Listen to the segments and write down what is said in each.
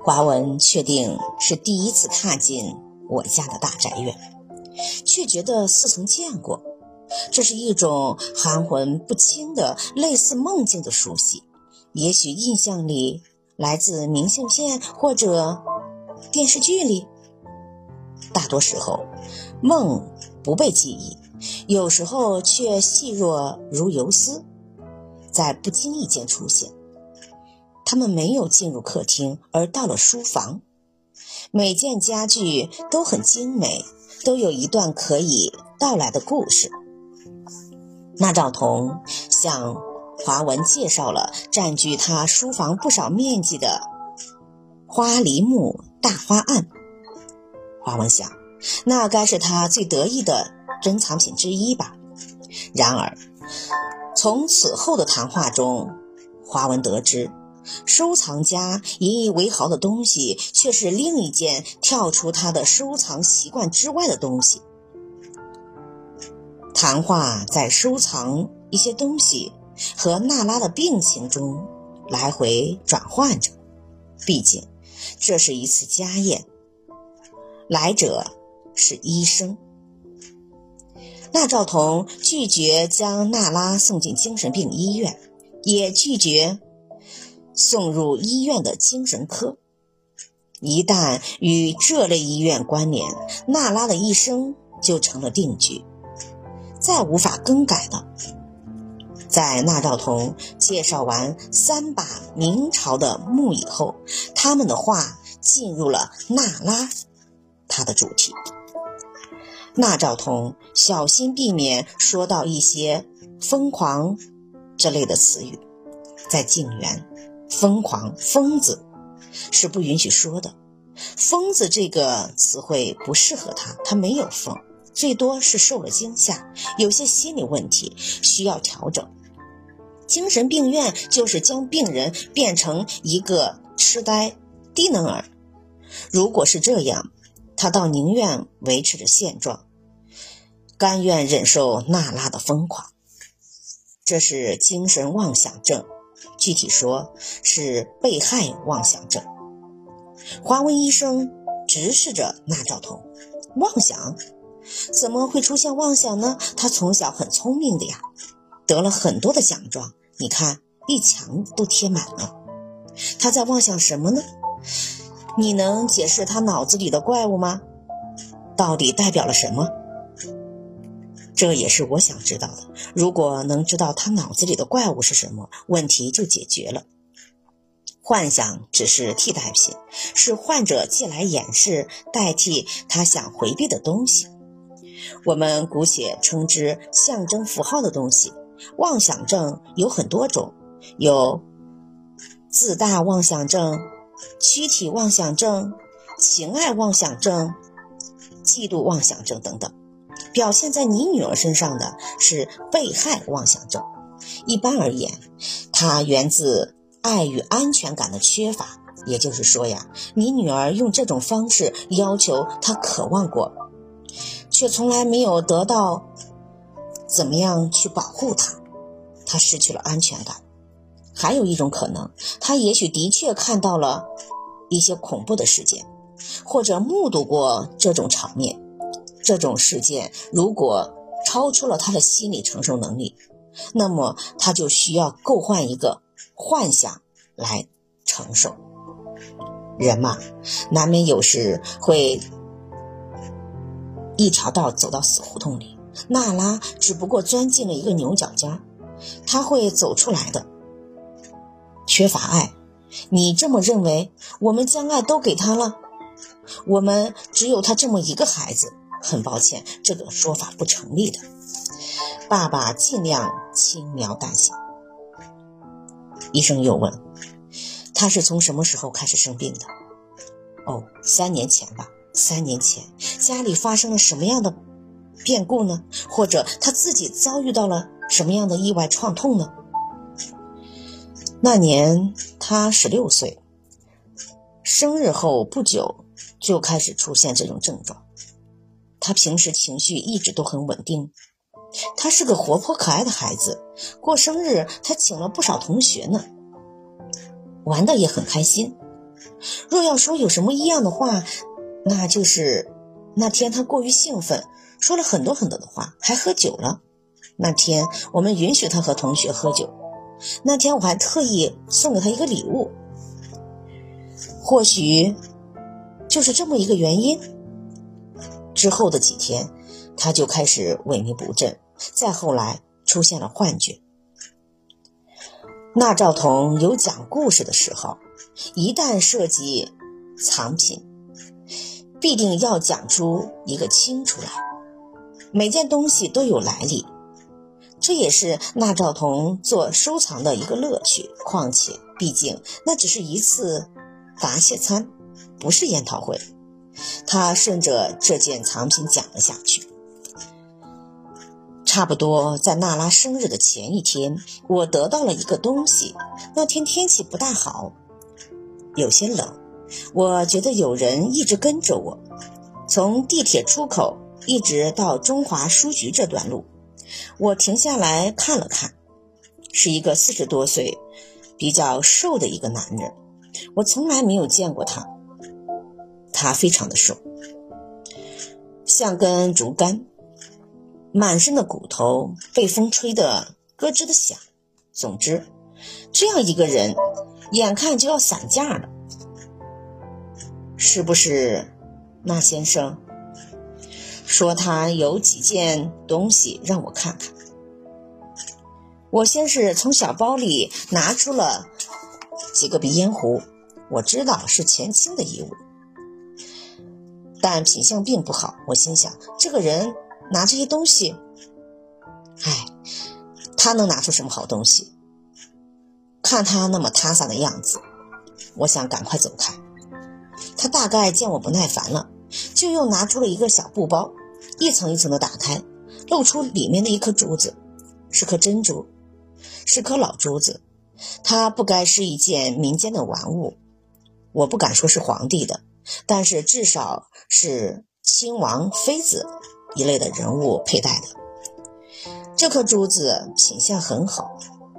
华文确定是第一次踏进我家的大宅院，却觉得似曾见过。这是一种含混不清的类似梦境的熟悉，也许印象里来自明信片或者电视剧里。大多时候梦不被记忆，有时候却细若如游丝，在不经意间出现。他们没有进入客厅，而到了书房。每件家具都很精美，都有一段可以道来的故事。那兆彤向华文介绍了占据他书房不少面积的花梨木大花案。华文想，那该是他最得意的珍藏品之一吧。然而从此后的谈话中，华文得知收藏家引以为豪的东西却是另一件跳出他的收藏习惯之外的东西。谈话在收藏一些东西和娜拉的病情中来回转换着，毕竟这是一次家宴，来者是医生。那兆彤拒绝将娜拉送进精神病医院，也拒绝送入医院的精神科。一旦与这类医院关联，娜拉的一生就成了定局，再无法更改的。在那兆彤介绍完3把明朝的墓以后，他们的话进入了娜拉他的主题。那兆彤小心避免说到一些疯狂这类的词语，在静园，疯狂、疯子是不允许说的。疯子这个词汇不适合他，他没有疯，最多是受了惊吓，有些心理问题需要调整。精神病院就是将病人变成一个痴呆低能儿，如果是这样，他倒宁愿维持着现状，甘愿忍受娜拉的疯狂。这是精神妄想症，具体说是被害妄想症。华文医生直视着那兆彤，妄想？怎么会出现妄想呢？他从小很聪明的呀，得了很多的奖状，你看一墙都贴满了。他在妄想什么呢？你能解释他脑子里的怪物吗？到底代表了什么？这也是我想知道的。如果能知道他脑子里的怪物是什么，问题就解决了。幻想只是替代品，是患者借来掩饰，代替他想回避的东西。我们姑且称之象征符号的东西。妄想症有很多种，有自大妄想症、躯体妄想症、情爱妄想症、嫉妒妄想症等等。表现在你女儿身上的是被害妄想症。一般而言，它源自爱与安全感的缺乏，也就是说呀，你女儿用这种方式要求她渴望过，却从来没有得到怎么样去保护她，她失去了安全感。还有一种可能，她也许的确看到了一些恐怖的事件，或者目睹过这种场面。这种事件如果超出了他的心理承受能力，那么他就需要构换一个幻想来承受。人嘛，难免有时会一条道走到死胡同里。娜拉只不过钻进了一个牛角尖，他会走出来的。缺乏爱，你这么认为？我们将爱都给他了，我们只有他这么一个孩子。很抱歉，这个说法不成立的。爸爸尽量轻描淡写。医生又问，他是从什么时候开始生病的？3年前吧。3年前家里发生了什么样的变故呢？或者他自己遭遇到了什么样的意外创痛呢？那年他16岁，生日后不久就开始出现这种症状。他平时情绪一直都很稳定，他是个活泼可爱的孩子，过生日他请了不少同学呢，玩得也很开心。 若要说有什么异样的话，那就是那天他过于兴奋，说了很多很多的话，还喝酒了。那天我们允许他和同学喝酒，那天我还特意送给他一个礼物。或许就是这么一个原因。之后的几天，他就开始萎靡不振，再后来出现了幻觉。那兆童有讲故事的时候，一旦涉及藏品，必定要讲出一个清楚来，每件东西都有来历，这也是那兆童做收藏的一个乐趣。况且毕竟那只是一次答谢餐，不是研讨会。他顺着这件藏品讲了下去。差不多在娜拉生日的前一天，我得到了一个东西。那天天气不大好，有些冷，我觉得有人一直跟着我，从地铁出口一直到中华书局这段路。我停下来看了看，是一个40多岁比较瘦的一个男人，我从来没有见过他。他非常的瘦，像根竹竿，满身的骨头被风吹得咯吱的响。总之，这样一个人眼看就要散架了。是不是那先生说他有几件东西让我看看？我先是从小包里拿出了几个鼻烟壶，我知道是前清的衣物，但品相并不好。我心想，这个人拿这些东西，他能拿出什么好东西？看他那么摊散的样子，我想赶快走开。他大概见我不耐烦了，就又拿出了一个小布包，一层一层的打开，露出里面的一颗珠子，是颗珍珠，是颗老珠子。它不该是一件民间的玩物，我不敢说是皇帝的，但是至少是亲王妃子一类的人物佩戴的。这颗珠子品相很好，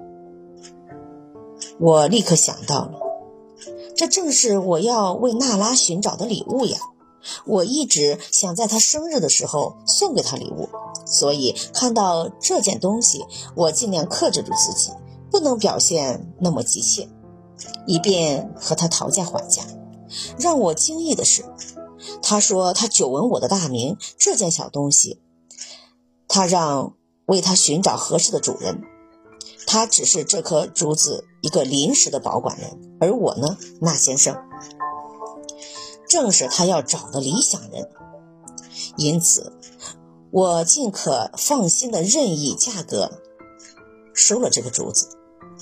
我立刻想到了，这正是我要为娜拉寻找的礼物呀。我一直想在她生日的时候送给她礼物，所以看到这件东西，我尽量克制住自己，不能表现那么急切，以便和她讨价还价。让我惊异的是，他说他久闻我的大名，这件小东西他让为他寻找合适的主人，他只是这颗珠子一个临时的保管人，而我呢，那先生正是他要找的理想人。因此我尽可放心的任意价格收了这个珠子。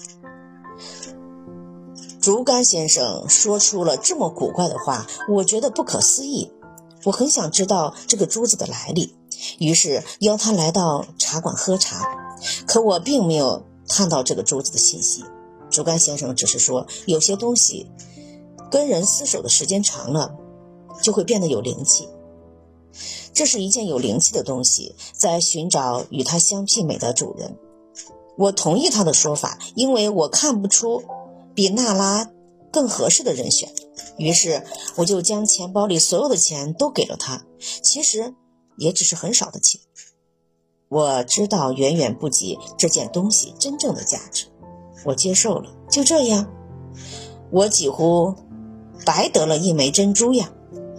竹竿先生说出了这么古怪的话，我觉得不可思议。我很想知道这个珠子的来历，于是邀他来到茶馆喝茶，可我并没有探到这个珠子的信息。竹竿先生只是说，有些东西跟人厮守的时间长了，就会变得有灵气。这是一件有灵气的东西，在寻找与它相媲美的主人。我同意他的说法，因为我看不出比娜拉更合适的人选。于是我就将钱包里所有的钱都给了他，其实也只是很少的钱。我知道远远不及这件东西真正的价值，我接受了。就这样，我几乎白得了一枚珍珠呀。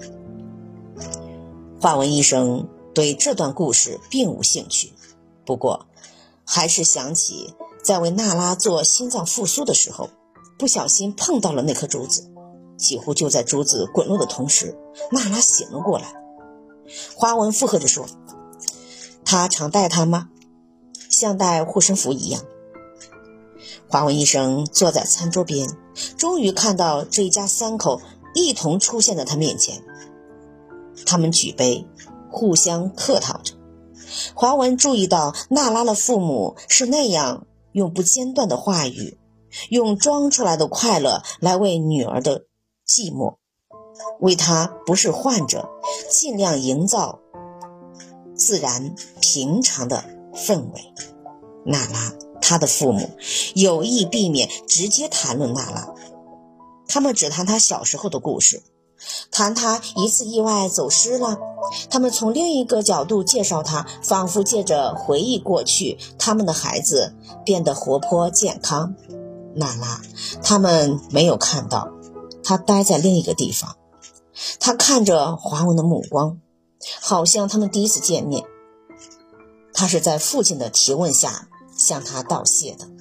华文医生对这段故事并无兴趣，不过还是想起在为娜拉做心脏复苏的时候，不小心碰到了那颗珠子，几乎就在珠子滚落的同时，娜拉醒了过来。华文附和着说，他常戴它吗？像戴护身符一样。华文医生坐在餐桌边，终于看到这一家三口一同出现在他面前。他们举杯，互相客套着。华文注意到娜拉的父母是那样用不间断的话语，用装出来的快乐来为女儿的寂寞，为她不是患者，尽量营造自然平常的氛围。娜拉她的父母有意避免直接谈论娜拉， 他们只谈他小时候的故事，谈他一次意外走失了，他们从另一个角度介绍他，仿佛借着回忆过去，他们的孩子变得活泼健康。娜拉他们没有看到，他待在另一个地方，他看着华文的目光，好像他们第一次见面。他是在父亲的提问下向他道谢的，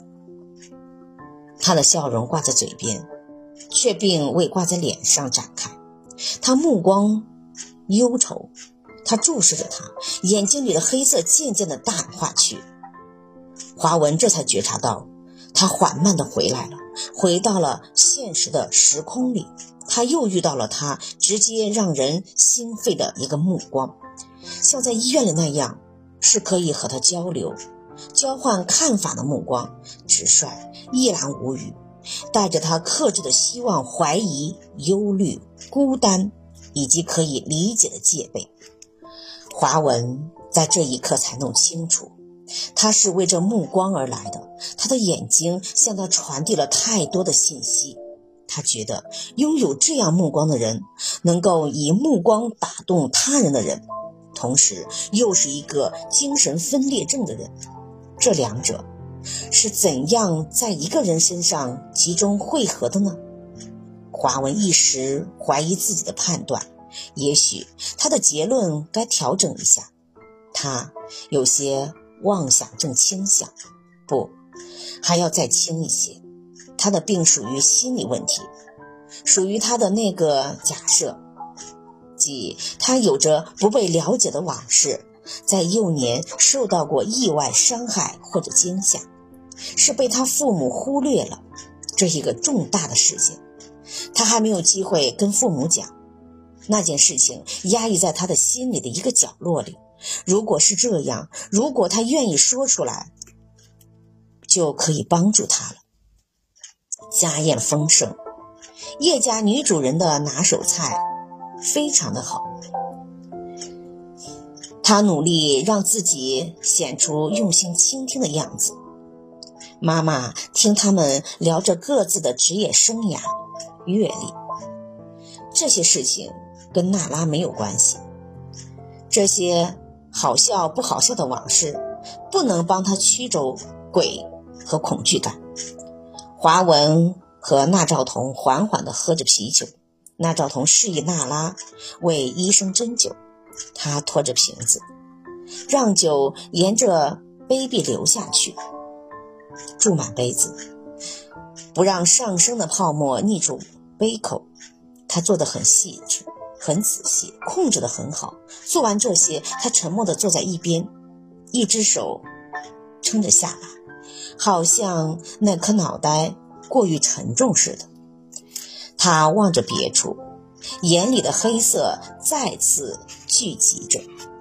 他的笑容挂在嘴边，却并未挂在脸上展开。他目光忧愁，他注视着他，眼睛里的黑色渐渐地淡化去。华文这才觉察到，他缓慢地回来了，回到了现实的时空里。他又遇到了他直接让人心肺的一个目光，像在医院里那样，是可以和他交流交换看法的目光，直率一览无余，带着他克制的希望、怀疑、忧虑、孤单以及可以理解的戒备。华文在这一刻才弄清楚，他是为这目光而来的，他的眼睛向他传递了太多的信息。他觉得拥有这样目光的人，能够以目光打动他人的人，同时又是一个精神分裂症的人，这两者是怎样在一个人身上集中汇合的呢？华文一时怀疑自己的判断，也许他的结论该调整一下。他有些妄想症倾向，不，还要再轻一些。他的病属于心理问题，属于他的那个假设，即他有着不被了解的往事，在幼年受到过意外伤害或者惊吓，是被他父母忽略了，这是一个重大的事件，他还没有机会跟父母讲，那件事情压抑在他的心里的一个角落里。如果是这样，如果他愿意说出来，就可以帮助他了。家宴丰盛，叶家女主人的拿手菜非常的好，她努力让自己显出用心倾听的样子。妈妈听他们聊着各自的职业生涯、阅历，这些事情跟娜拉没有关系，这些好笑不好笑的往事不能帮她驱走鬼和恐惧感。华文和纳兆童缓缓地喝着啤酒，纳兆童示意娜拉为医生针灸，他拖着瓶子，让酒沿着杯壁流下去，注满杯子，不让上升的泡沫溺住杯口。他做得很细致，很仔细，控制得很好。做完这些，他沉默地坐在一边，一只手撑着下巴，好像那颗脑袋过于沉重似的。他望着别处，眼里的黑色再次聚集着。